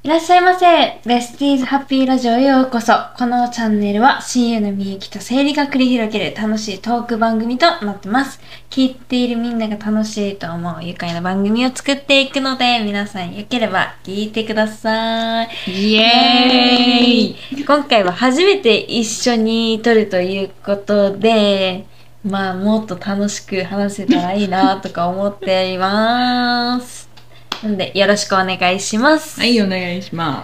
いらっしゃいませ。ベスティーズハッピーラジオへようこそ。このチャンネルは親友のみゆきと生理が繰り広げる楽しいトーク番組となってます。聞いているみんなが楽しいと思う愉快な番組を作っていくので、皆さんよければ聞いてください。 イエーイ。 今回は初めて一緒に撮るということで、もっと楽しく話せたらいいなとか思っています。なので、よろしくお願いします。 はい、お願いします。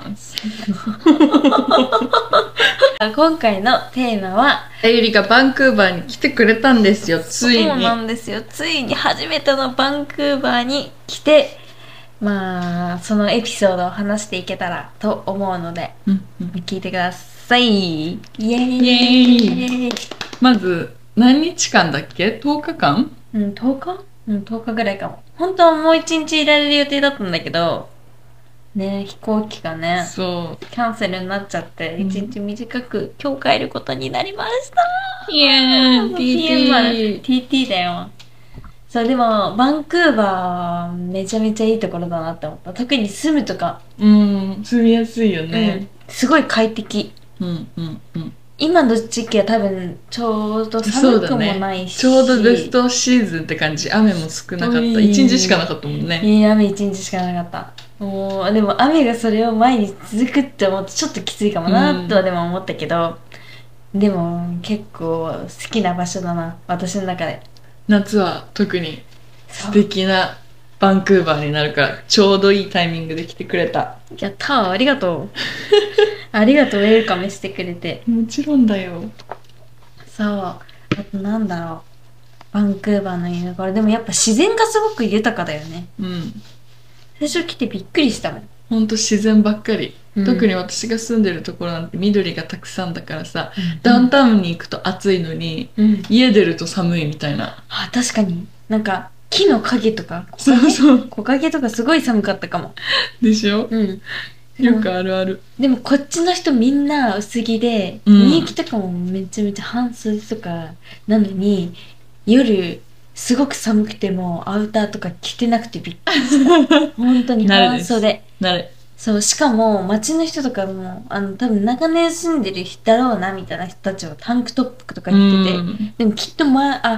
今回のテーマは、 ゆりがバンクーバーに来てくれたんですよ、ついに。 そうなんですよ。ついに初めてのバンクーバーに来て、そのエピソードを話していけたらと思うので、聞いてください。イエーイ。 イエーイ。まず、何日間だっけ ?10 日間 10日10日ぐらいかも。本当はもう1日いられる予定だったんだけど、ね、飛行機がね、 そう。 キャンセルになっちゃって、1日短く今日帰ることになりました。 イエーイ TT だよ。そう、でも、バンクーバー、めちゃめちゃいいところだなって思った。特に住むとか。 住みやすいよね。 すごい快適。今の時期は多分、ちょうど寒くもないし。 ちょうどベストシーズンって感じ。雨も少なかった。1日しかなかったもんね。 雨1日しかなかった。でも雨がそれを前に続くって思ってちょっときついかもなとはでも思ったけど、でも結構好きな場所だな、私の中で。 夏は特に素敵なバンクーバーになるから、ちょうどいいタイミングで来てくれた。 やったー、ありがとう。ありがとう、ウェルカムしてくれて。 もちろんだよ。 そう。あとなんだろう。バンクーバーのいいところ。でもやっぱ自然がすごく豊かだよね。最初来てびっくりしたもん。 ほんと自然ばっかり。特に私が住んでるところなんて緑がたくさんだからさ、ダウンタウンに行くと暑いのに、家出ると寒いみたいな。 あ、確かに。なんか、木の影とか、木陰とかすごい寒かったかも。 でしょ？よくあるある。 でもこっちの人みんな薄着で、みゆきとかもめちゃめちゃ半袖とかなのに、夜、すごく寒くてもアウターとか着てなくてびっくりした。本当に半袖。そう、しかも街の人とかも、多分長年住んでる人だろうなみたいな人たちはタンクトップとか着てて、でもきっと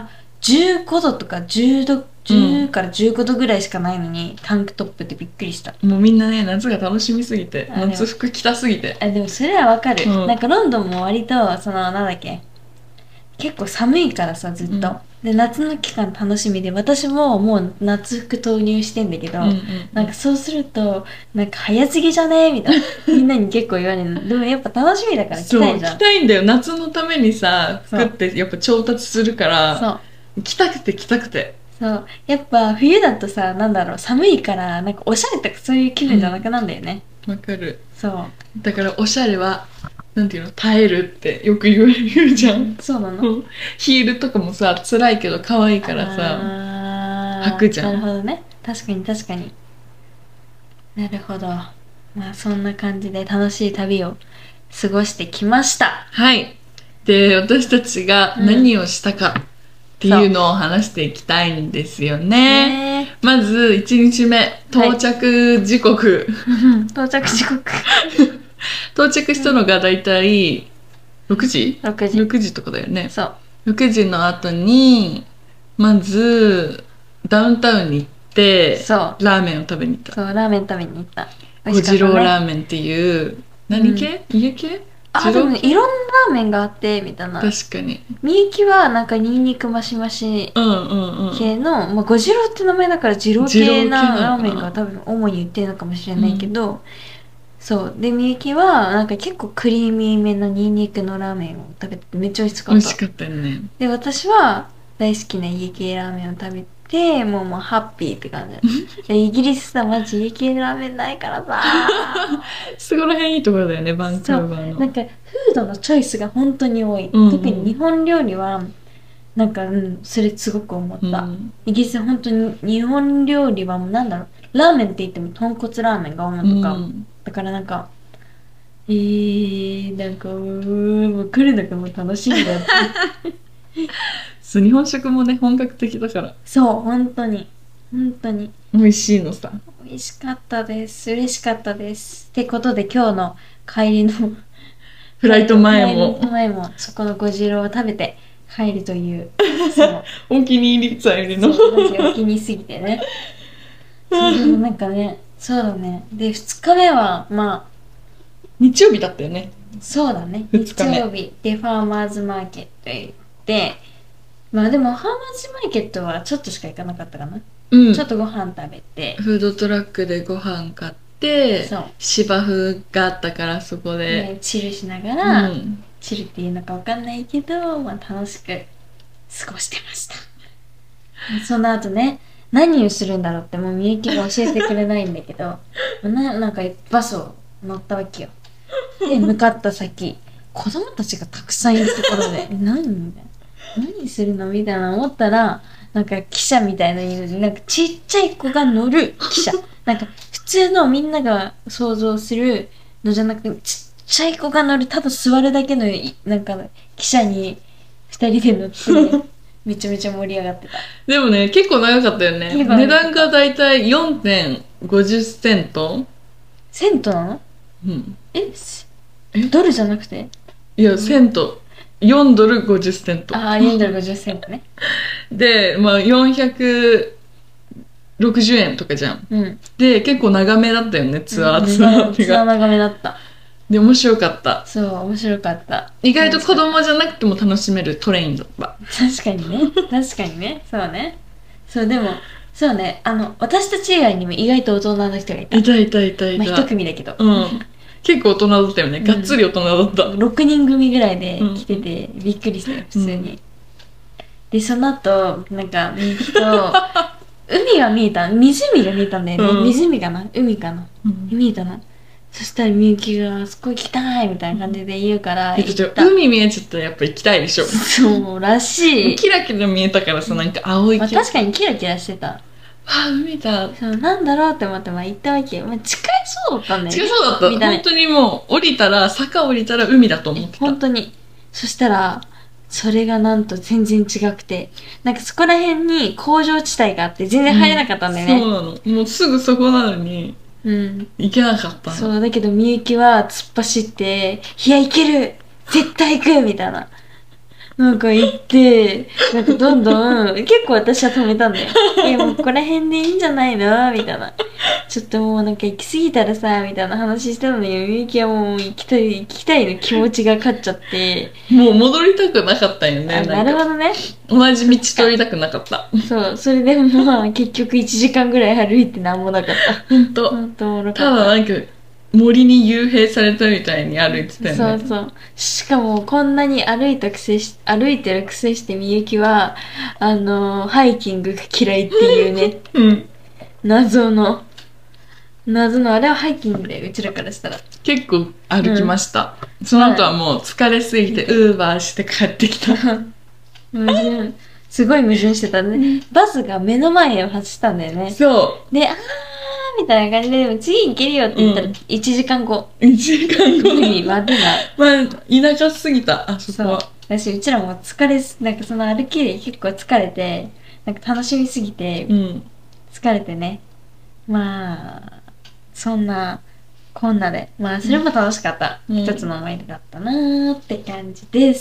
15度とか10度、10から15度ぐらいしかないのにタンクトップってびっくりした。 もうみんなね、夏が楽しみすぎて、夏服着たすぎて。 でもそれはわかる。なんかロンドンも割と、なんだっけ、結構寒いからさ、ずっと。で、夏の期間楽しみで、私ももう夏服投入してんだけど、なんかそうすると、なんか早すぎじゃねみたいな。みんなに結構言われるの。でもやっぱ楽しみだから着たいじゃん。 そう、着たいんだよ。夏のためにさ、服ってやっぱ調達するから、着たくて着たくて。 そう。やっぱ冬だとさ、なんだろう、寒いから、なんかおしゃれとかそういう気分じゃなくなんだよね。 わかる。 そう。 だからおしゃれは、なんていうの、耐えるってよく言うじゃん。 そうなの？ ヒールとかもさ、辛いけど可愛いからさ、履くじゃん。 なるほどね。確かに確かに。なるほど。そんな感じで楽しい旅を過ごしてきました。 はい。で、私たちが何をしたかっていうのを話していきたいんですよね。まず1日目、到着時刻。 到着時刻。 到着したのがだいたい6時 ?6 時とかだよね。 そう。 6時の後に、まず、ダウンタウンに行って、ラーメンを食べに行った。 そう、ラーメン食べに行った。 小次郎ラーメンっていう、何系？家系？ でもいろんなラーメンがあって、みたいな。 確かに。 みゆきはなんかニンニクマシマシ系の、小次郎って名前だから二郎系なラーメンが多分主に売ってるのかもしれないけど、そう。で、みゆきはなんか結構クリーミーめのニンニクのラーメンを食べてめっちゃ美味しかった。 美味しかったよね。 で、私は大好きな家系ラーメンを食べて、もうハッピーって感じ。イギリスさ、マジ家系ラーメンないからさ。 そこら辺いいところだよね、バンクーバーの。 なんか、フードのチョイスが本当に多い。特に日本料理は、なんか、それすごく思った。イギリスは本当に日本料理はもうなんだろう、ラーメンって言っても豚骨ラーメンが主とか、だからなんか、なんか、もう来るのがもう楽しいんだって。 そう、日本食もね、本格的だから。 そう、本当に。 本当に美味しいのさ。 美味しかったです。嬉しかったです。ってことで今日の帰りのフライト前フライトも。 前もそこのご次郎を食べて帰るという、そうお気に入りさゆりの。 そうマジお気に入りすぎてね。そうでもなんかね、そうだね。で2日目はまあ日曜日だったよね。 そうだね、日二日目曜日でファーマーズマーケットへ行って、まあでもファーマーズマーケットはちょっとしか行かなかったかな、 うん。 ちょっとご飯食べて、 フードトラックでご飯買って、 そう芝生があったからそこで。 ね、チルしながうら、 ん。 チルっていうのかわかんないけど、まあ、楽しく過ごしてました。その後ね、何をするんだろうってもうみゆきが教えてくれないんだけどなんかバスを乗ったわけよ。で向かった先、子供たちがたくさんいるところで何みたいな、何するのみたいな思ったら、なんか汽車みたいなのになんかちっちゃい子が乗る汽車、なんか普通のみんなが想像するのじゃなくて、ちっちゃい子が乗るただ座るだけのなんか汽車に2人で乗ってめちゃめちゃ盛り上がってた。 でもね、結構長かったよね。 結構長かった値段がだいたい 4.50 セント。 セントなの？ うん。 ええドルじゃなくて？ いや、セント。4ドル50セント。 ああ、4ドル50セントね。 で、まあ460円とかじゃん。 うん。 で、結構長めだったよね、ツアーツツアーが。 長めだった。 で、面白かった。 そう、面白かった。 意外と子供じゃなくても楽しめるトレインだった。 確かにね。確かにね。そうね。そう、でも、そうね。私たち以外にも意外と大人の人がいた。 いたいたいたいまあ、 た。 一組だけど。 うん。結構大人だったよね。がっつり大人だった。 6人組ぐらいで来てて、びっくりしたよ、普通に。で、その後、なんか、みゆきと、海が見えた、湖が見えたんだよね。 うん湖かな海かな、 うん見えたな。そしたらみゆきが、あそこ行きたいみたいな感じで言うから、 えっと行った。 海見えちゃったらやっぱ行きたいでしょ。 そうらしい。 キラキラ見えたからさ、なんか青いまあ、確かにキラキラしてた。 あ、海だ。 そう、なんだろうって思って、まあ、行ったわけよ。まあ、近いそうだったんだよね。 違うそうだった。 見た目本当にもう降りたら、坂降りたら海だと思ってた。 本当に。そしたら、それがなんと全然違くて、なんかそこら辺に工場地帯があって全然入れなかったんだよね。 そうなの。もうすぐそこなのに、行けなかったの。 そう、だけどみゆきは突っ走って、いや、行ける絶対行くみたいな。なんか行って、なんかどんどん、結構私は止めたんだよ。もうここら辺でいいんじゃないのみたいな。ちょっともうなんか行き過ぎたらさ、みたいな話したのに、みゆきはもう行きたいの気持ちが勝っちゃって。 もう戻りたくなかったよね。 なるほどね。 同じ道通りたくなかった。 そう、それでまあ結局1時間ぐらい歩いてなんもなかった。 ほんと。 ほんとおもろかたった。 だなんか、森に幽閉されたみたいに歩いてたよね。 そうそう。しかもこんなに歩いてる癖してみゆきは、ハイキングが嫌いっていうね。 うん。 謎の、あれはハイキングで、うちらからしたら。 結構歩きました。その後はもう疲れすぎて、ウーバーして帰ってきた。 すごい矛盾してたね。バスが目の前を走ったんだよね。 そで、みたいな感じで、でも次行けるよって言ったら、1時間後。 う。1時間後にまでな。 まあ、田舎すぎた、あそこは。 私、うちらもなんかその歩きで結構疲れて、なんか楽しみすぎて、疲れてね。まあ、そんな、こんなで。まあ、それも楽しかった。一つの思い出だったなーって感じです。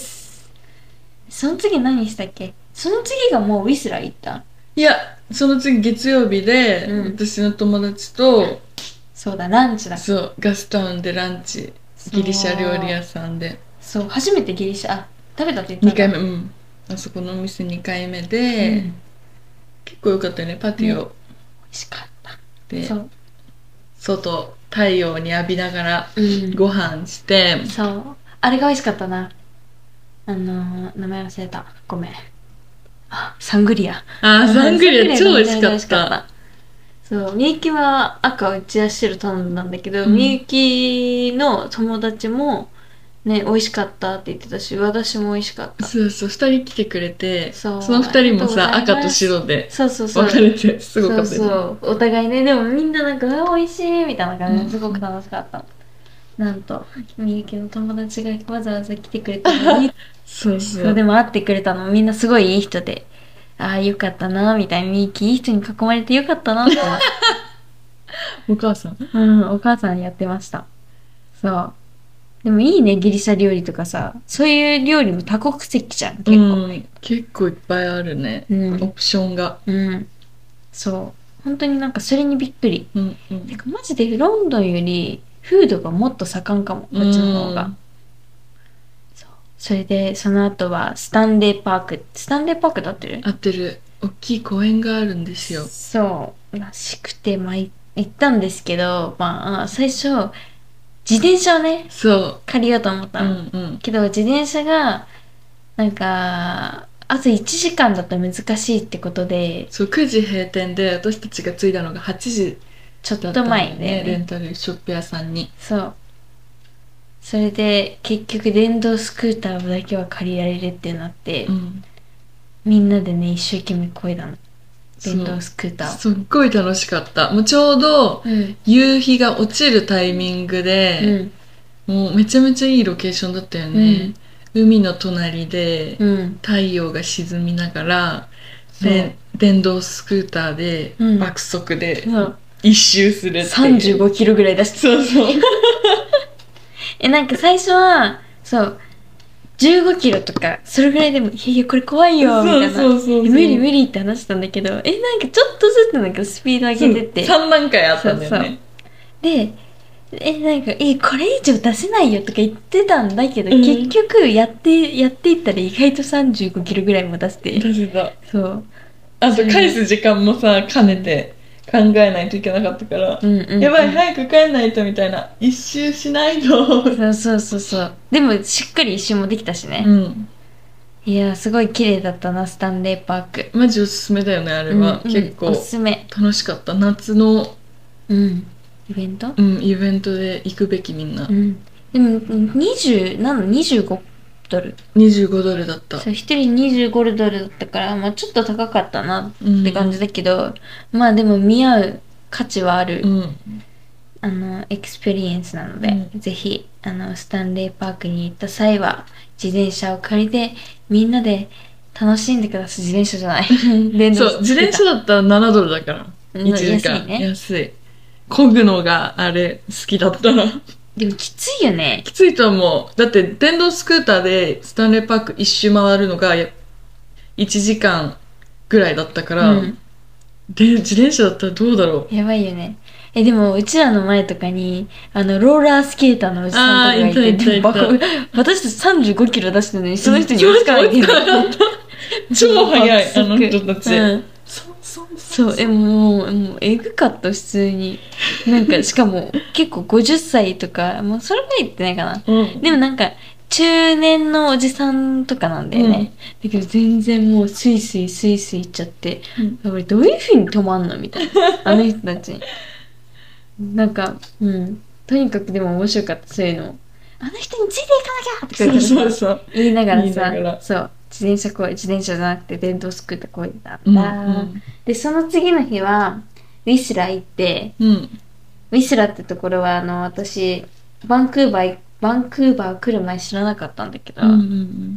その次何したっけ？その次がもうウィスラー行った？ いや、その次月曜日で、私の友達と、 そうだ、ランチだ。 そう、ガスタウンでランチ、ギリシャ料理屋さんで。 そう、初めてギリシャ、食べたって言った 2回目、あそこのお店2回目で、結構良かったよね、パティオ。美味しかった。 で、外、太陽に浴びながらご飯して、 そう、あれが美味しかったな。名前忘れた。ごめん。サングリア。 サングリア超美味しかった。 そう、みゆきは赤打ち出してる頼んだんだけど、みゆきの友達もね、美味しかったって言ってたし、私も美味しかった。 そうそう、2人来てくれて、その2人もさ、赤と白で分かれて、すごかったよね。 そうそう、お互いね、でもみんななんか、美味しいみたいな感じですごく楽しかった。なんと、みゆきの友達がわざわざ来てくれたのに、 そうそう。 でも会ってくれたの、みんなすごいいい人で。 ああよかったなみたいに、いい人に囲まれてよかったなって思って。 お母さん。 うん、お母さんやってました。そう。でもいいね、ギリシャ料理とかさ。そういう料理も多国籍じゃん、結構。 うん、結構いっぱいあるね、 うん、 オプションが。 うん。そう。本当になんかそれにびっくり。 うんうん。 てかマジでロンドンよりフードがもっと盛んかも、こっちの方が。そう。それで、その後はスタンレーパーク。スタンレーパークだってる？ 合ってる。大きい公園があるんですよ。 そう。らしくて、まあ、行ったんですけど、まあ、最初、自転車をね、 そ借りようと思っう。 たの。 うんうん。 けど、自転車が、なんか、あと1時間だと難しいってことで、 そう、9時閉店で、私たちが着いたのが8時ちょっだったんだと前で、 よね、レンタルショップ屋さんに。 そう。それで、結局、電動スクーターだけは借りられるってなって、 うん。 みんなでね、一生懸命漕いだの。 そう電動スクーターを。 すっごい楽しかった。もうちょうどうん。 夕日が落ちるタイミングで、もうめちゃめちゃいいロケーションだったよね。海の隣でうん。 太陽が沈みながら、 そう。 で電動スクーターでうん爆速でそう。 一周するっていう。 35キロぐらい出して。 そうそう。 なんか最初は、そう、15キロとか、それぐらいでも、いやいや、これ怖いよ、みたいな。 そうそうそうそう無理無理って話したんだけど、なんかちょっとずつなんかスピード上げてって。 3段階あったんだよそうね。 で、なんか、これ以上出せないよとか言ってたんだけど、 うん結局やっていったら意外と35キロぐらいも出して。 出せた。 そう。 あと返す時間もさ、兼ねて考えないといけなかったから、 うんうんうん、 やばい、早く帰んないとみたいな。一周しないと。 そうそうそうそう。でも、しっかり一周もできたしね。 うん。 いやー、すごい綺麗だったな、スタンレーパーク。 マジおすすめだよね、あれは。 うんうん、 結構おすすめ。 楽しかった。夏の、 うん。イベント？ うん、イベントで行くべきみんな。 うん。でも、25ドル。 25ドルだった。 そう、一人25ドルだったから、まあちょっと高かったなって感じだけど、まあでも見合う価値はある、 うん。 エクスペリエンスなので、ぜひ、スタンレーパークに行った際は、自転車を借りて、みんなで楽しんでください。自転車じゃない。電動そう、自転車だったら7ドルだから。 うん 1時間。 安いね。 安い。漕ぐのがあれ好きだったら。 でもきついよね。 きついと思う。だって電動スクーターでスタンレーパーク一周回るのが1時間ぐらいだったから、 うん。 で自転車だったらどうだろう。 やばいよね。でも、うちらの前とかに、ローラースケーターのおじさんとかがいて、 あーいたいたいたでも私たち35キロ出してるのに、その人に追いつかないけど。 超速い、 爆速あの人たち。 うんそう、もう、えぐかった、普通に。なんか、しかも、結構50歳とか、もうそれぐらい言ってないかな。 うん。 でもなんか、中年のおじさんとかなんだよね。だけど全然もうスイスイスイスイ行っちゃって、これどういう風に止まんのみたいな。あの人たちに。なんか、とにかくでも面白かった、そういうの。あの人についていかなきゃとか言ってそうそう言いながらさ言いながら、 そう、自転車じゃなくて電動スクーターこいだんだ、 うんうんで、その次の日は、ウィスラー行って、 うん。 ウィスラーってところは、私、バンクーバー来る前知らなかったんだけど、 うんうんうん。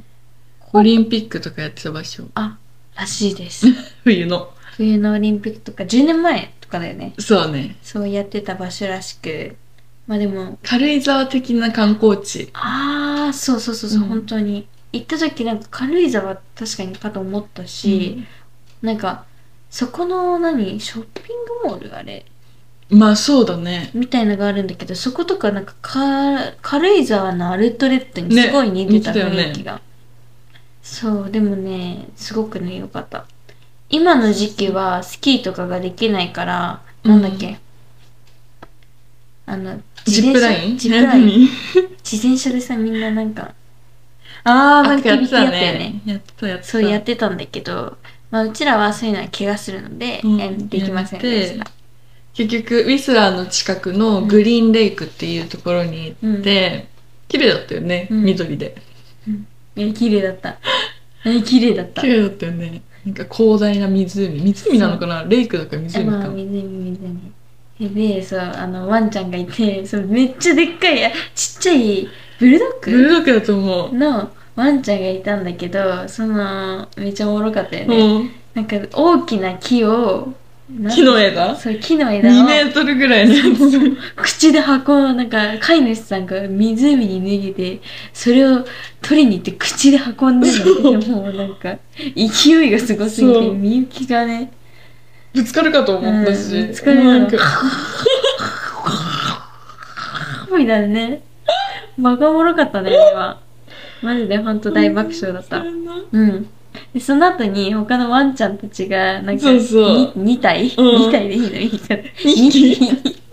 オリンピックとかやってた場所。 らしいです。 冬の。 冬のオリンピックとか、10年前とかだよね。 そうね。 そうやってた場所らしく、まあでも、 軽井沢的な観光地。 そうそうそう、本当に。行った時なんか軽井沢確かにかと思ったし、なんか、そこのショッピングモールあれまあそうだね。 みたいのがあるんだけど、そことかなんか軽井沢のアウトレットにすごい似てたね雰囲気が。そう、でもね、すごくね、良かった。今の時期はスキーとかができないから、なんだっけ、 ジップライン自転車でさ、みんななんか、 なんかやってたアクティビティやったよね。 ね。やってたやってた。 そうやってたんだけど、まあうちらはそういうのは怪我するので、できませんでした。 結局、ウィスラーの近くのグリーンレイクっていうところに行って、綺麗だったよね、緑で。 綺麗だった。綺麗だった。 綺麗だったよね。なんか広大な湖なのかな、レイクだから湖かな。 湖。で、そう、ワンちゃんがいて、そう、めっちゃでっかい、ちっちゃい、ブルドッグだと思う。 のワンちゃんがいたんだけど、めっちゃおもろかったよね。 なんか大きな木を、 木の枝そう、木の枝を 2メートルぐらいのやつ。 口でなんか飼い主さんが湖に逃げてそれを取りに行って口で運んでるので、もうなんか勢いがすごすぎてみゆきがね、 ぶつかるかと思ったし、 ぶつかるなんかみたいなね、バカおもろかったね、あれは。マジでほんと大爆笑だった。うん。で、その後に他のワンちゃんたちが、なんか、 そうそう 2体、 うん 2体でいいのいいかな。 2匹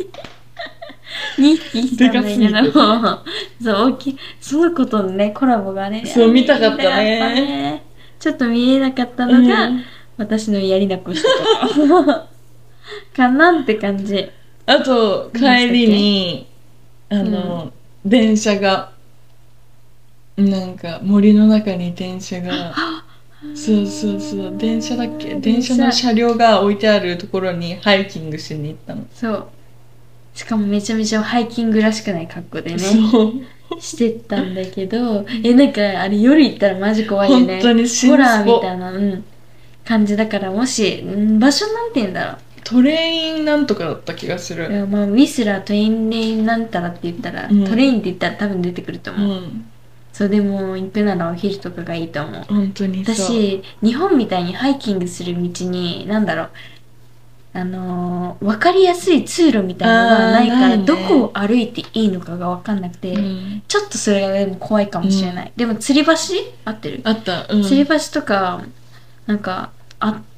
2匹したんだでかすぎてけど、そう、大きい、その子とのね、コラボがね、 そう見たかったね見たかったね。ちょっと見えなかったのが、私のやりなくしたことかなって感じ。 あと帰りに電車がなんか森の中に電車がそうそうそう、電車だっけ、電車の車両が置いてあるところにハイキングしに行ったの。 そう、しかもめちゃめちゃハイキングらしくない格好でねそうしてったんだけど、なんかあれ夜行ったらマジ怖いよね。 本当にホラーみたいな、感じだから、もし、場所なんて言うんだろう、 トレインなんとかだった気がする。 まあ、ウィスラートレインレインなんたらって言ったら、トレインって言ったら多分出てくると思う。そうでも行くならお昼とかがいいと思う。 本当にそう。 私日本みたいにハイキングする道になんだろう、分かりやすい通路みたいなのがないから、どこを歩いていいのかが分かんなくて、ちょっとそれがでも怖いかもしれない。でも吊り橋合ってる？ あった、 吊り橋とかなんかあって、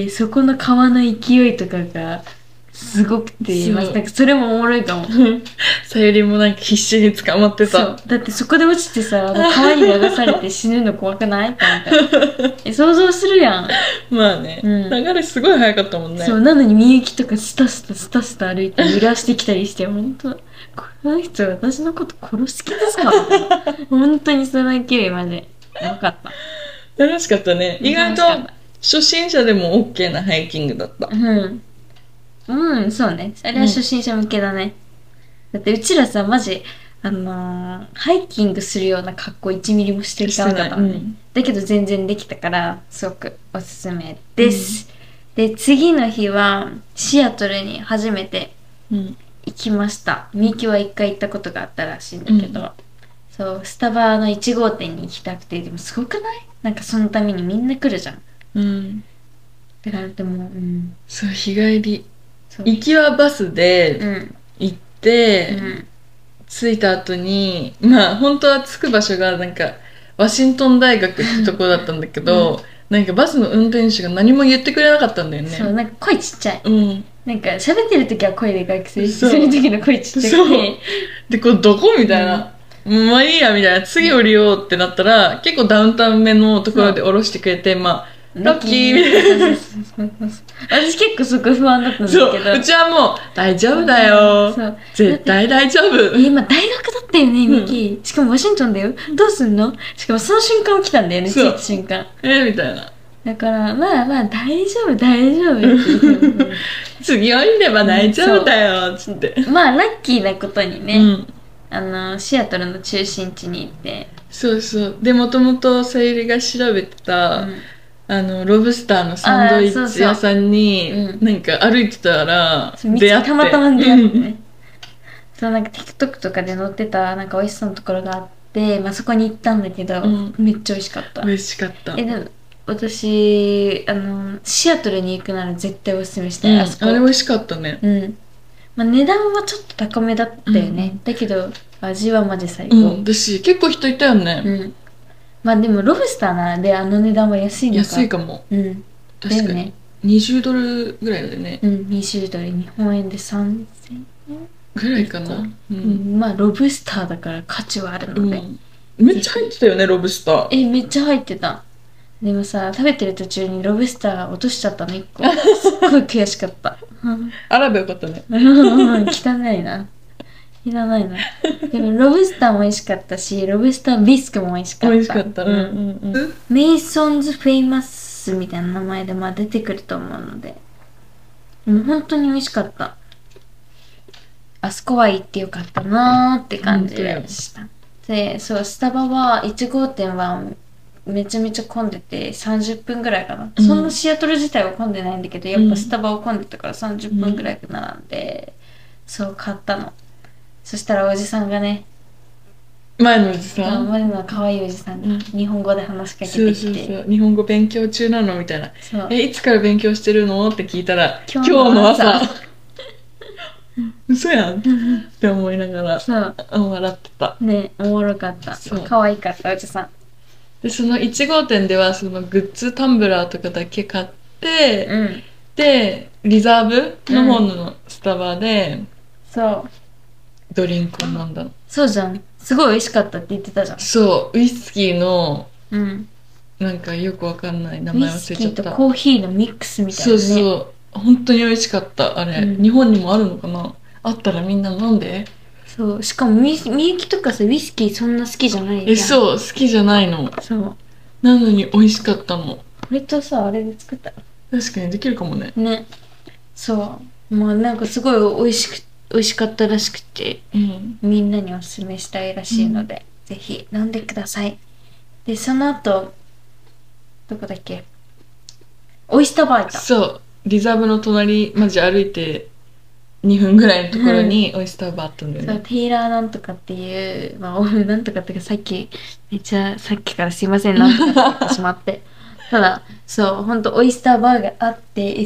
そこの川の勢いとかがすごくて、なんかそれもおもろいかも。 さゆりもなんか必死に捕まってた。 そうだってそこで落ちてさ、川に流されて死ぬの怖くない？って思った。想像するやん。 まあね、流れすごい早かったもんね。 そうなのにみゆきとかスタスタスタスタ歩いて揺らしてきたりして、本当この人私のこと殺す気ですか？みたいな。本当にその勢いマジでよかった。 楽しかったね。意外と初心者でも OK なハイキングだった。 そうね。あれは初心者向けだね。だってうちらさ、マジハイキングするような格好1ミリもしてなかったのね。だけど全然できたから、すごくおすすめです。で、次の日はシアトルに初めて行きました。みゆきは1回行ったことがあったらしいんだけど、そう、スタバの1号店に行きたくて、でもすごくない？なんかそのためにみんな来るじゃん。だからでも、 そう、日帰り。行きはバスで行って、着いた後に、まあ本当は着く場所がなんかワシントン大学ってとこだったんだけど、なんかバスの運転手が何も言ってくれなかったんだよね。 そう、なんか声ちっちゃい。なんか喋ってる時は声で学生する時の声ちっちゃくて。 で、これどこみたいな。まあいいやみたいな。次降りようってなったら、結構ダウンタウン目のところで降ろしてくれて、まあ、ラッキーみたいな。 私結構そこ不安だったんだけど。 うちはもう大丈夫だよ。絶対大丈夫。 今大学だったよね、ミキ。しかもワシントンだよ。どうすんの？しかもその瞬間起きたんだよね、着いた瞬間。 みたいな。 だからまあまあ大丈夫大丈夫。 次降りれば大丈夫だよつって。 まあラッキーなことにね、シアトルの中心地に行って。 そうそう。で、もともとさゆりが調べてた、ロブスターのサンドイッチ屋さんになんか歩いてたら出会って、 たまたま出会ってね。そう、なんか TikTok とかで載ってたなんか美味しそうなところがあって、まあそこに行ったんだけど、めっちゃ美味しかった。 美味しかった。 でも私シアトルに行くなら絶対おすすめしたい。あそこ。 あれ美味しかったね。 まあ値段はちょっと高めだったよね。だけど味はマジ最高。 私結構人いたよね。 まあでもロブスターならで値段は安いのか。 安いかも。確かに20ドルぐらいだよね。 20ドル、日本円で3000円ぐらいかな。 まあロブスターだから価値はあるので。 めっちゃ入ってたよね、ロブスター。 めっちゃ入ってた。でもさ、食べてる途中にロブスター落としちゃったの1個。すっごい悔しかった。 洗えばよかったね。 汚いな。いらないな。でもロブスターも美味しかったし、ロブスタービスクも美味しかった。 美味しかった。 メイソンズフェイマスみたいな名前でまあ出てくると思うので、もう本当に美味しかった。あそこは行ってよかったなーって感じでした。で、そう、スタバは1号店はめちゃめちゃ混んでて30分ぐらいかな、 うん、 そんなシアトル自体は混んでないんだけど、やっぱスタバを混んでたから30分ぐらい並んで、そう買ったの。そしたらおじさんがね、 前のおじさん、 前の可愛いおじさんが日本語で話しかけてきて、 そうそうそう、日本語勉強中なのみたいな。 そういつから勉強してるのって聞いたら、 今日の朝嘘やんって思いながらそう笑ってたね、おもろかった。 そう可愛かったおじさん。 で、その1号店ではそのグッズタンブラーとかだけ買って、 うん、 でリザーブの方のスタバでそうドリンクを飲んだの。 そうじゃん、すごい美味しかったって言ってたじゃん。 そうウイスキーのうん、 なんかよくわかんない名ウイ前忘スキーとれちゃった。 コーヒーのミックスみたいなそうね。 そう本当に美味しかったあれ、 うん日本にもあるのかな。あったらみんな飲んで。 そう、しかもみゆきとかさ、ウイスキーそんな好きじゃないじゃん。 そう好きじゃないの。 そうなのに美味しかったの。 これとさ、あれで作ったら確かにできるかもね。 ね。そうまあなんかすごい美味しかったらしくて、 うん、 みんなにおすすめしたいらしいので、ぜひ飲んでください。でその後どこだっけ、オイスターバー行った。 そうリザーブの隣マジ歩いて2分ぐらいのところにオイスターバーあったんだよそうね。 テイラーなんとかっていう、まあ、なんとかっていうかさっきめっちゃさっきからすいませんなんとかって言ってしまってただそうほんとオイスターバーがあって、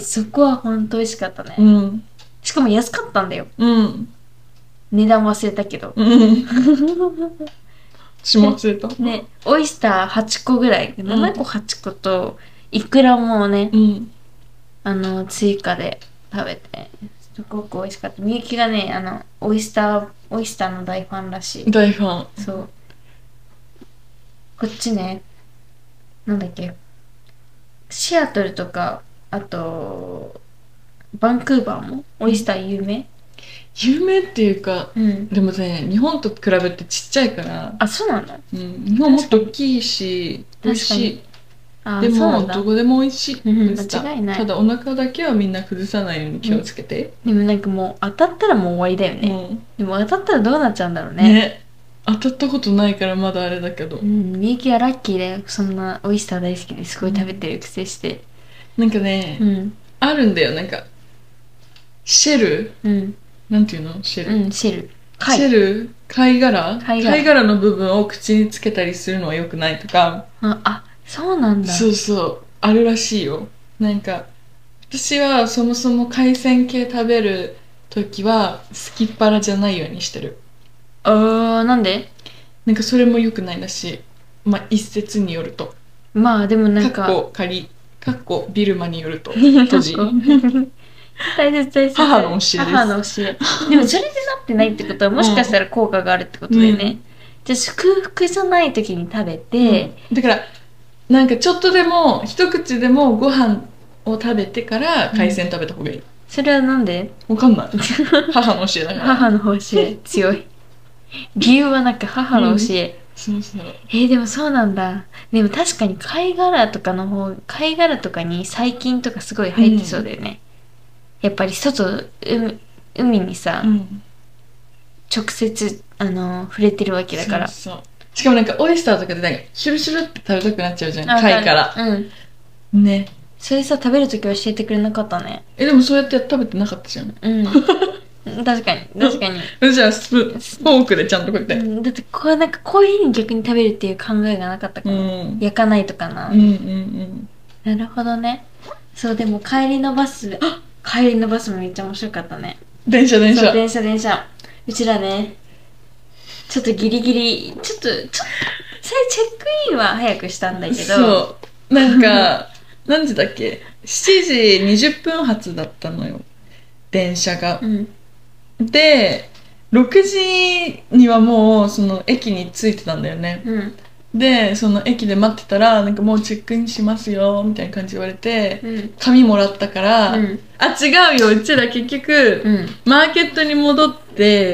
そこはほんと美味しかったね、 うん。 しかも安かったんだよ。 うん。 値段忘れたけど。 うん。しも忘れた。 ね、オイスター8個ぐらい、7個8個と、イクラもね、 うん。 追加で食べて、すごく美味しかった。みゆきがね、オイスターの大ファンらしい。 大ファン。 そう。こっちね、なんだっけ、シアトルとか、あと、バンクーバーもオイスター有名。 有名っていうか、 うん。 でもね、日本と比べてちっちゃいから、 あ、そうなの？ うん、日本もっと大きいし、美味しい。 あ、 でも、 そうなんだ。 どこでも美味しい。 うんオイスター間違いないただお腹だけはみんな崩さないように気をつけて。 でもなんかもう当たったらもう終わりだようね。 ん。 でも当たったらどうなっちゃうんだろうね。 ね。当たったことないからまだあれだけど。 うん、みゆきはラッキーだよ。そんなオイスター大好きですごい食べてる癖して。 なんかね、 うん。 あるんだよ。なんか、シェルうん。 なんていうのシェル。 うん、シェル。 シェル貝殻貝殻貝殻の部分を口につけたりするのは良くないとか。 そうなんだ。 そうそう。あるらしいよ。なんか、私はそもそも海鮮系食べるときは、すきっ腹じゃないようにしてる。 なんで？ なんかそれも良くないらしい。まあ、一説によると。 まあでもなんか。 かっこ仮、かっこビルマによると。閉じ。 大切大切。 母の教えです。 母の教え。でもそれでなってないってことはもしかしたら効果があるってことだよね。じゃあ空腹じゃない時に食べて、 だからなんかちょっとでも一口でもご飯を食べてから海鮮食べた方がいい。 それはなんで？ わかんない。母の教えだから。 母の教え強い。理由はなんか母の教え。 そうそう。 でもそうなんだ。でも確かに貝殻とかに細菌とかすごい入ってそうだよね。やっぱり海にさ、直接触れてるわけだから。 そうしかもなんかオイスターとかでなんかシュルシュルって食べたくなっちゃうじゃん、貝から。ね。 それさ、食べるとき教えてくれなかったね。 でもそうやって食べてなかったじゃん。 確かに。 じゃあフォークでちゃんとこうやって。 だってこういう風に逆に食べるっていう考えがなかったから、焼かないとかな。なるほどね。そう、でも帰りのバスもめっちゃ面白かったね。 電車。 うちらね、ちょっとギリギリ、ちょっと、チェックインは早くしたんだけど。 そう。なんか、何時だっけ ?7 時20分発だったのよ。電車が。で、6時にはもう、その駅に着いてたんだよね。で、その駅で待ってたら、なんかもうチェックインしますよ、みたいな感じ言われて、紙もらったから、違うよ、うちら結局、マーケットに戻って、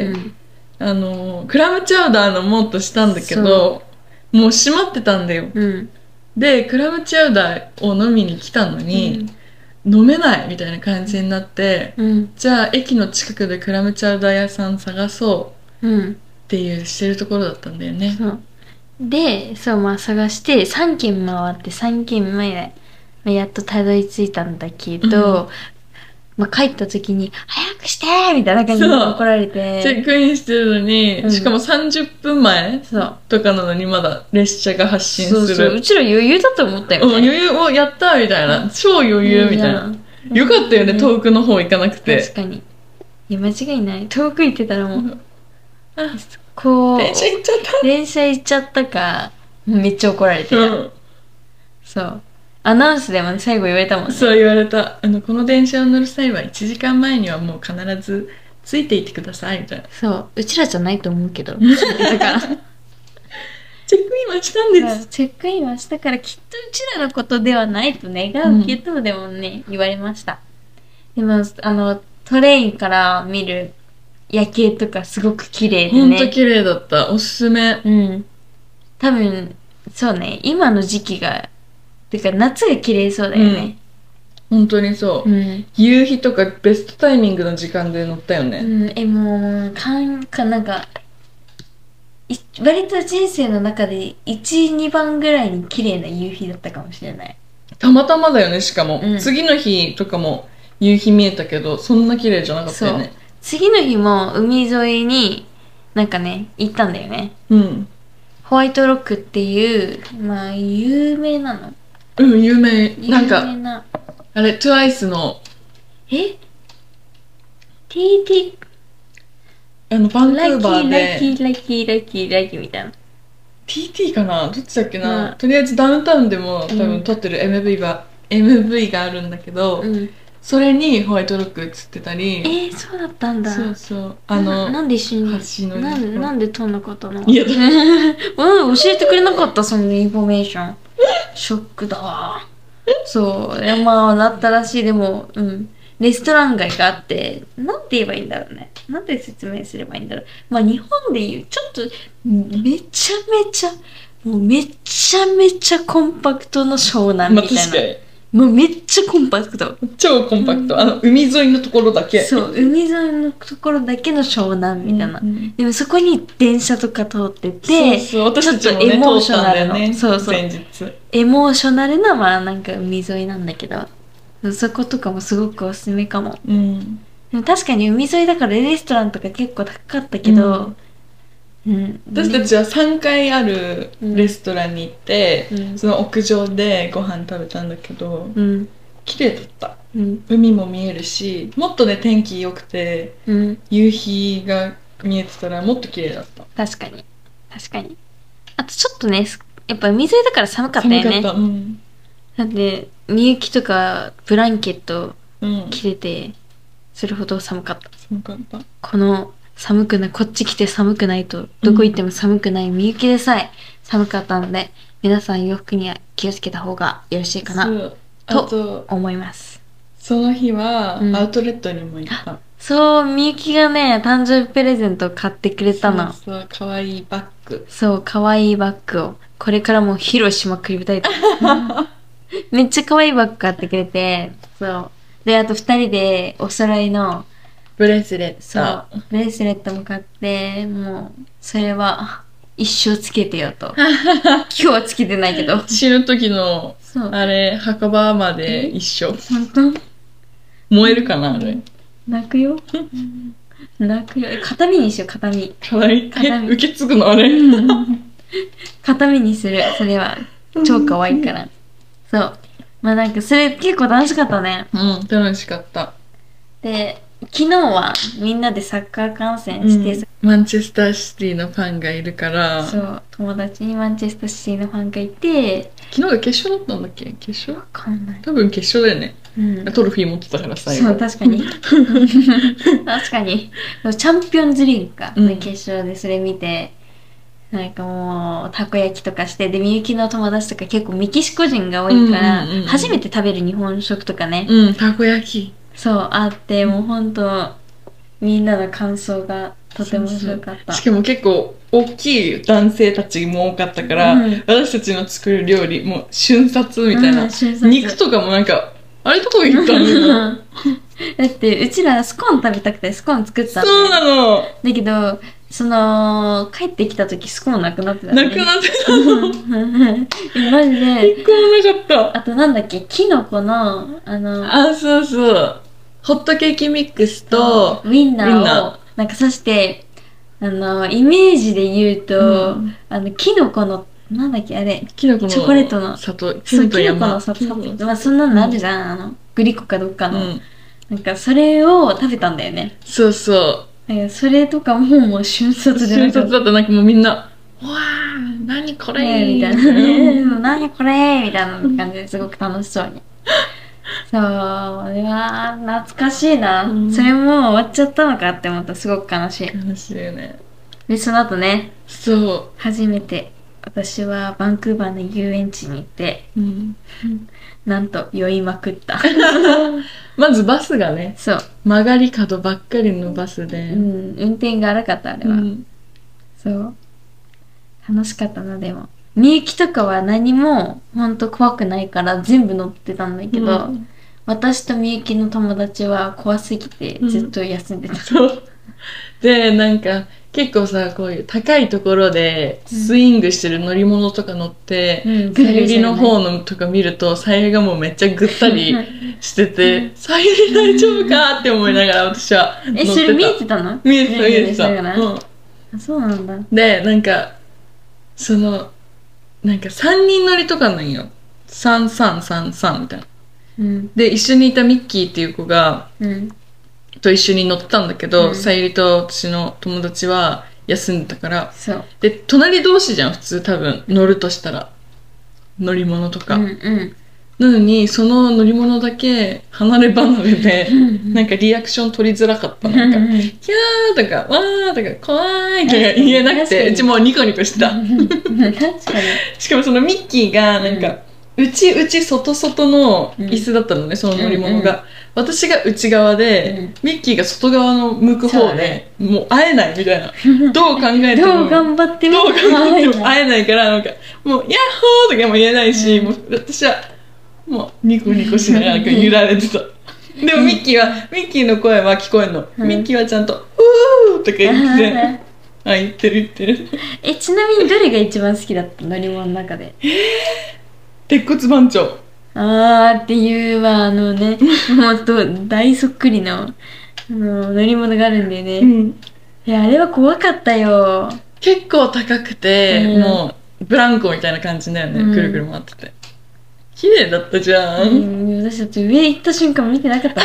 クラムチャウダー飲もうとしたんだけど、もう閉まってたんだよ。で、クラムチャウダーを飲みに来たのに、飲めないみたいな感じになって、じゃあ駅の近くでクラムチャウダー屋さん探そうっていうしてるところだったんだよね。 で、そう、まあ探して、3軒回って3軒目で、まあやっとたどり着いたんだけど、まあ帰った時に、早くしてーみたいな感じで怒られて。 チェックインしてるのに、しかも30分前とかなのにまだ列車が発進する。 そう、うちら余裕だと思ったよね。 余裕をやったみたいな。超余裕みたいな。よかったよね、遠くの方行かなくて。 確かに。いや、間違いない。遠く行ってたらもう、こう、 電車行っちゃった。 電車行っちゃったか、めっちゃ怒られてた。そう。アナウンスでもね、最後言われたもんね。 そう言われた。この電車を乗る際は1時間前にはもう必ずついていってください、みたいな。 そう。うちらじゃないと思うけど。だから。 チェックインはしたんです。 チェックインはしたから、きっとうちらのことではないと願うけど、でもね、言われました。でも、トレインから見る夜景とかすごく綺麗でね。 ほんと綺麗だった。おすすめ。 うん。多分、そうね、今の時期が、てか夏が綺麗そうだよね。 本当にそう。夕日とかベストタイミングの時間で乗ったよね。 もう、なんか、割と人生の中で1、2番ぐらいに綺麗な夕日だったかもしれない。 たまたまだよね、しかも。次の日とかも夕日見えたけど、そんな綺麗じゃなかったよね。 次の日も海沿いになんかね、行ったんだよね。ホワイトロックっていう、まあ、有名なの。 有名。なんか、あれ、TWICE の、 TT、 バンクーバーで、 ラッキーみたいな。 TT かな、どっちだっけな、とりあえずダウンタウンでも多分撮ってる MV があるんだけど、それにホワイトロック映ってたり。 そうだったんだ。 そうそう。 なんで一緒に、 橋のなんで撮んなかったの？ いや、 教えてくれなかった、そのインフォメーション。ショックだわ。そう。まあ、なったらしい。でも、レストラン街があって、なんて言えばいいんだろうね。なんて説明すればいいんだろう。まあ、日本でいう、ちょっと、めちゃめちゃコンパクトの湘南みたいな。もうめっちゃコンパクト。 超コンパクト。海沿いのところだけ。 そう、海沿いのところだけの湘南みたいな。でもそこに電車とか通ってて、 ちょっとエモーショナルな、 そうそう。エモーショナルな、まあなんか海沿いなんだけど、そことかもすごくおすすめかも。でも確かに海沿いだからレストランとか結構高かったけど、 私たちは3階あるレストランに行って、その屋上でご飯食べたんだけど、綺麗だった、海も見えるし、もっとね天気良くて、夕日が見えてたらもっと綺麗だった。 確かにあとちょっとね、やっぱ海沿いだから寒かったよね。だってみゆきとかブランケット着てて、それほど寒かった。この寒くない、こっち来て寒くないと、どこ行っても寒くないみゆきでさえ寒かったので、皆さん洋服には気をつけた方がよろしいかなと思います。 その日はアウトレットにも行った。 そう、みゆきがね、誕生日プレゼントを買ってくれたの。 そう、かわいいバッグ。 そう、かわいいバッグをこれからも披露しまくりたいとめっちゃかわいいバッグ買ってくれて、そうで、あと2人でお揃いのブレスレット。 そう。ブレスレットも買って、もう、それは、一生つけてよと。今日はつけてないけど。 死ぬ時の、あれ、墓場まで一緒。 本当？ 燃えるかな、あれ。 泣くよ。泣くよ。形見にしよう、形見。 受け継ぐのあれ。 形見にする、それは。超可愛いから。そう。まあなんか、それ結構楽しかったね。 楽しかった。 で、昨日はみんなでサッカー観戦して、 マンチェスターシティのファンがいるから、 そう、友達にマンチェスターシティのファンがいて、 昨日が決勝だったんだっけ？決勝？ わかんない。 多分決勝だよね。トロフィー持ってたからさ。 そう、確かに。確かに。チャンピオンズリーグか、決勝でそれ見て、なんかもう、たこ焼きとかして、で、みゆきの友達とか結構メキシコ人が多いから、初めて食べる日本食とかね。 たこ焼き。 そう、あって、もうほんと、みんなの感想がとても面白かった。 しかも結構、大きい男性たちも多かったから、私たちの作る料理、もう瞬殺みたいな。肉とかもなんか、あれどこ行ったの？ だって、うちらスコーン食べたくてスコーン作ったんだよ。 そうなの。 だけど、 その帰ってきた時スコーンなくなってたね。 なくなってたの。 マジで。 一個もなかった。 あとなんだっけ、キノコのそうそう、ホットケーキミックスとウインナーをなんか刺して、イメージで言うと、キノコのなんだっけあれ、 キノコのチョコレートの里、 キノコの里、まあそんなのあるじゃん、グリコかどっかの、なんかそれを食べたんだよね。 そうそう。 それとかもう瞬殺で、 瞬殺だった。なんかもうみんな、わー、何これみたいな、何これみたいな感じですごく楽しそうに。そう、あれは懐かしいな、それも終わっちゃったのかって思ったらすごく悲しい。 悲しいよね。 で、その後ね、 そう。 初めて私はバンクーバーの遊園地に行って、なんと酔いまくった。 まずバスがね、 そう。 曲がり角ばっかりのバスで。 運転が荒かった、あれは。そう。楽しかったな、でも。みゆきとかは何もほんと怖くないから全部乗ってたんだけど、私とみゆきの友達は怖すぎてずっと休んでた。 そう。で、なんか、結構さ、こういう高いところでスイングしてる乗り物とか乗って、さゆりの方のとか見ると、さゆりがもうめっちゃぐったりしてて、さゆり大丈夫かって思いながら私は乗ってた。 それ見えてたの？ 見えてた、見えてた。 そうなんだ。 で、なんか、なんか3人乗りとかなんよ。3333みたいな。で、一緒にいたミッキーっていう子が、と一緒に乗ったんだけど、さゆりと私の友達は休んでたから。で、隣同士じゃん、普通多分。乗るとしたら。乗り物とか。なのに、その乗り物だけ離れ離れで、なんかリアクション取りづらかった。なんか、キャーとか、わーとか、怖いとか言えなくて、うちもうニコニコしてた。しかもそのミッキーが、なんか、外の椅子だったのね、その乗り物が。私が内側で、ミッキーが外側の向く方で、もう会えないみたいな。どう考えても。 どう頑張っても会えないから、なんか、もう、ヤッホーとかも言えないし、もう私は、もうニコニコしながら揺られてた。でもミッキーの声は聞こえんの。ミッキーはちゃんと、うーとか言って、言ってる。 ちなみにどれが一番好きだった乗り物の中で？ 鉄骨番長。 っていう、もっと大そっくりの、乗り物があるんだよね。いや、あれは怖かったよ。 結構高くて、もう、ブランコみたいな感じだよね。くるくる回ってて。綺麗だったじゃん。 私だって上行った瞬間見てなかった。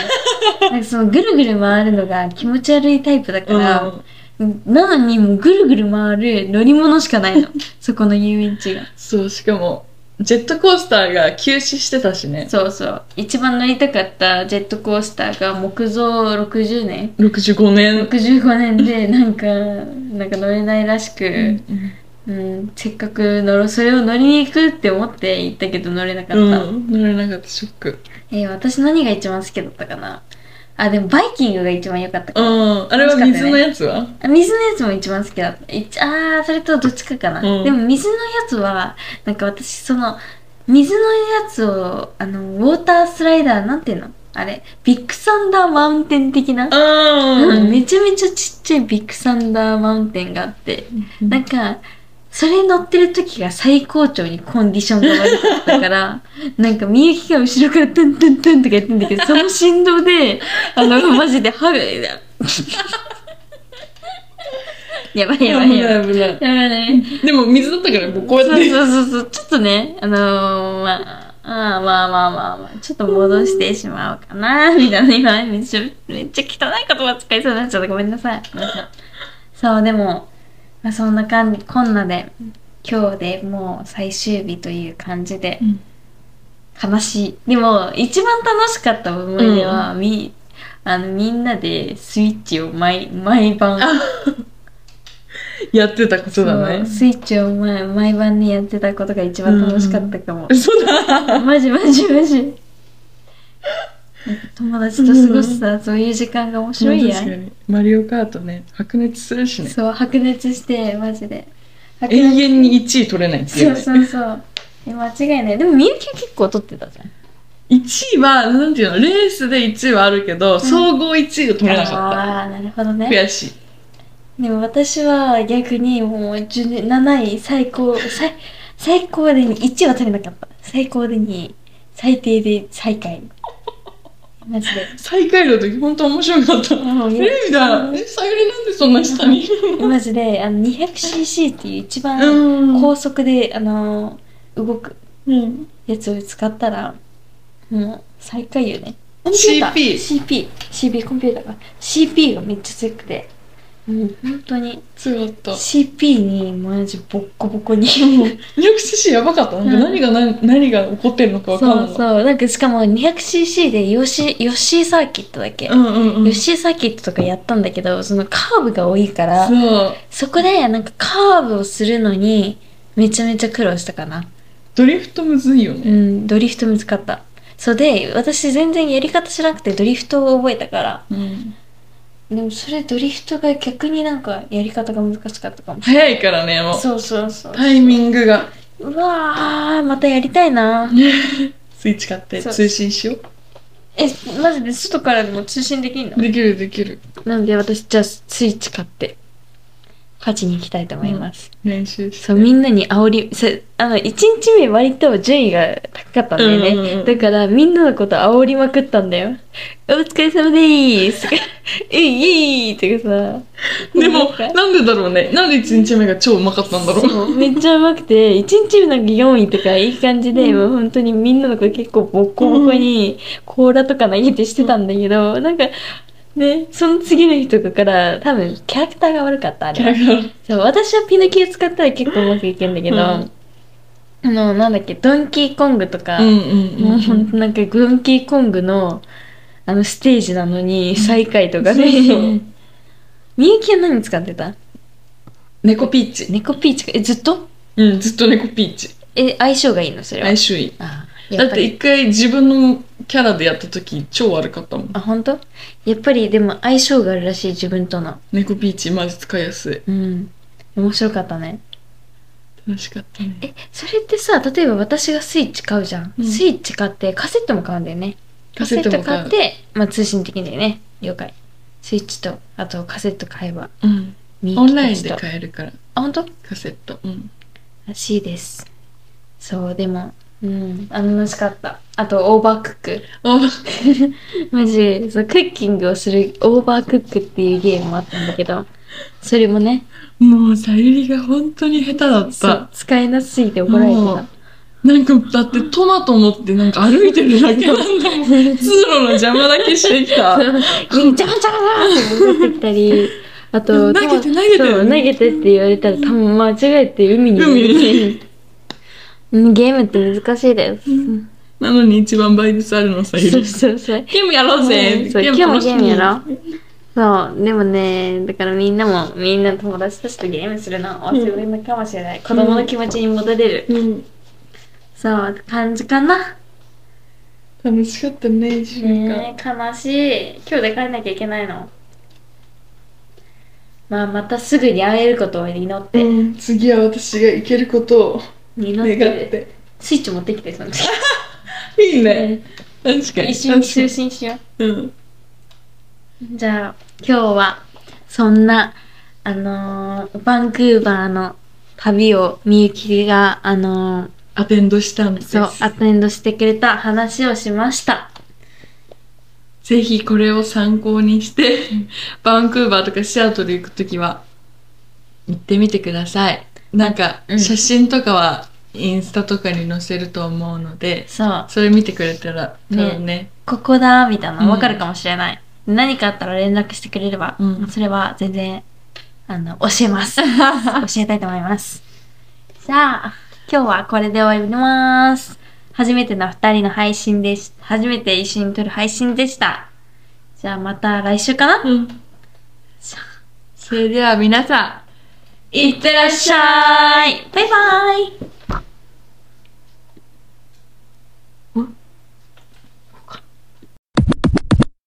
なんかそのぐるぐる回るのが気持ち悪いタイプだから、なのにもうぐるぐる回る乗り物しかないの。そこの遊園地が。 そう、しかも、ジェットコースターが休止してたしね。 そうそう。一番乗りたかったジェットコースターが木造60年 ?65 年。 65年でなんか乗れないらしく、せっかくそれを乗りに行くって思って行ったけど乗れなかった。 乗れなかった、ショック。 私何が一番好きだったかな。でもバイキングが一番良かったかな。あれは水のやつは？ 水のやつも一番好きだった。それとどっちかかな。でも水のやつは、なんか私その、水のやつを、ウォータースライダー、なんていうのあれ、ビッグサンダーマウンテン的な、めちゃめちゃちっちゃいビッグサンダーマウンテンがあって、なんか、それ乗ってる時が最高潮にコンディションが悪かったから、なんかみゆきが後ろからトントントンとか言ってんだけど、その振動で、マジでやばい。やばいね。 でも水だったからこうやって。 そう。ちょっとね、ちょっと戻してしまおうかな、みたいな。今、めっちゃ汚い言葉使いそうになっちゃった。ごめんなさい。そう、でも、そんなこんなで、今日でもう最終日という感じで、悲しい。でも、一番楽しかった思い出は、みんなでスイッチを毎晩、 やってたことだね。 スイッチを毎晩にやってたことが一番楽しかったかも。 そうだ。 マジ。友達と過ごすさ、そういう時間が面白いやん。 確かに。マリオカートね、白熱するしね。 そう、白熱して、マジで。 永遠に1位取れないっていうね。 そう。間違いない。でもみゆき結構取ってたじゃん。 1位は、なんていうの、レースで1位はあるけど、総合1位が取れなかった。 なるほどね。 悔しい。 でも私は逆にもう7位最高で1は足りなかった。最高で2位。最低で最下位。マジで。 最下位の時本当面白かった。みたいな。さゆりなんでそんな下に。 マジで、200cc っていう一番高速で、動くやつを使ったら、もう最下位よね。CP コンピューターが CP がめっちゃ強くて、もう本当に強かった。 CP にマジボッコボコに 200cc やばかった。なんか何が起こってるのか分かんない。 そうなんかしかも 200cc でヨッシーサーキットだっけ、ヨッシーサーキットとかやったんだけど、そのカーブが多いからそこでなんかカーブをするのにめちゃめちゃ苦労したかな。 ドリフトむずいよね。 ドリフト難かった。そうで、私全然やり方知らなくてドリフトを覚えたから、でもそれドリフトが逆になんかやり方が難しかったかもしれない。 早いからね、もう。 そうタイミングが。 うわー、またやりたいなスイッチ買って通信しよう。 マジで外からでも通信できんの？ できる。 なので私じゃあスイッチ買って勝ちに行きたいと思います。 練習して。 そう、みんなに煽り、1日目割と順位が高かったんだよね。だからみんなのこと煽りまくったんだよ。お疲れ様でーす。いいってかさ。 でも、なんでだろうね。なんで1日目が超うまかったんだろう。 そう、めっちゃうまくて、1日目なんか4位とかいい感じで、もう本当にみんなのこと結構ボッコボコに甲羅とか投げてしてたんだけど、なんか、ね、その次の日とかから多分キャラクターが悪かった、あれは。そう、私はピノキオ使ったら結構うまくいけるんだけど、なんだっけ、ドンキーコングとか、もうほんとなんかドンキーコングのステージなのに最下位とかで、みゆきは何使ってた？ 猫ピーチ。 猫ピーチか。ずっと？ ずっと猫ピーチ。 相性がいいのそれは？ 相性いい。だって一回自分のキャラでやった時超悪かったもん。 あ、本当？やっぱりでも相性があるらしい、自分との。 猫ピーチマジ使いやすい。 面白かったね。 楽しかったね。 それってさ、例えば私がスイッチ買うじゃん。スイッチ買ってカセットも買うんだよね。カセット買って、通信的だよね。了解。スイッチと、あとカセット買えば。 オンラインで買えるから。 あ、本当？ カセット。 らしいです。そう、でも、楽しかった。あと、オーバークック。マジ、そう、クッキングをするオーバークックっていうゲームもあったんだけど、それもね。 もう、さゆりが本当に下手だった。そう、 使えなすぎて怒られてた。 なんか、だってトマト持ってなんか歩いてるだけなんだもん。通路の邪魔だけしてきた。 邪魔って戻ってきたり、あと、 投げてって言われたら多分間違えて海に。ゲームって難しいです。 なのに一番倍率あるのさゆり。 そう。 ゲームやろうぜ。 今日もゲームやろう。そう、でもね、だからみんな友達たちとゲームするのお忘れなかもしれない。子供の気持ちに戻れる。そう、感じかな。 楽しかったね、1週間。 悲しい。今日で帰んなきゃいけないの。またすぐに会えることを祈って。 次は私が行けることを願って。 スイッチ持ってきて、その時。 いいね。確かに。 一緒に通信しよう。じゃあ、今日は、そんな、バンクーバーの旅をみゆきが、 アテンドしたんです。 そう、アテンドしてくれた話をしました。 ぜひこれを参考にして、バンクーバーとかシアトル行くときは、行ってみてください。なんか、写真とかは、インスタとかに載せると思うので、それ見てくれたら、ね。 ここだ、みたいなの分かるかもしれない。何かあったら連絡してくれれば、それは全然、教えます。教えたいと思います。じゃあ、今日はこれで終わります。初めての2人の配信でした。初めて一緒に撮る配信でした。じゃあまた来週かな？ それでは皆さん、 いってらっしゃい。バイバイ。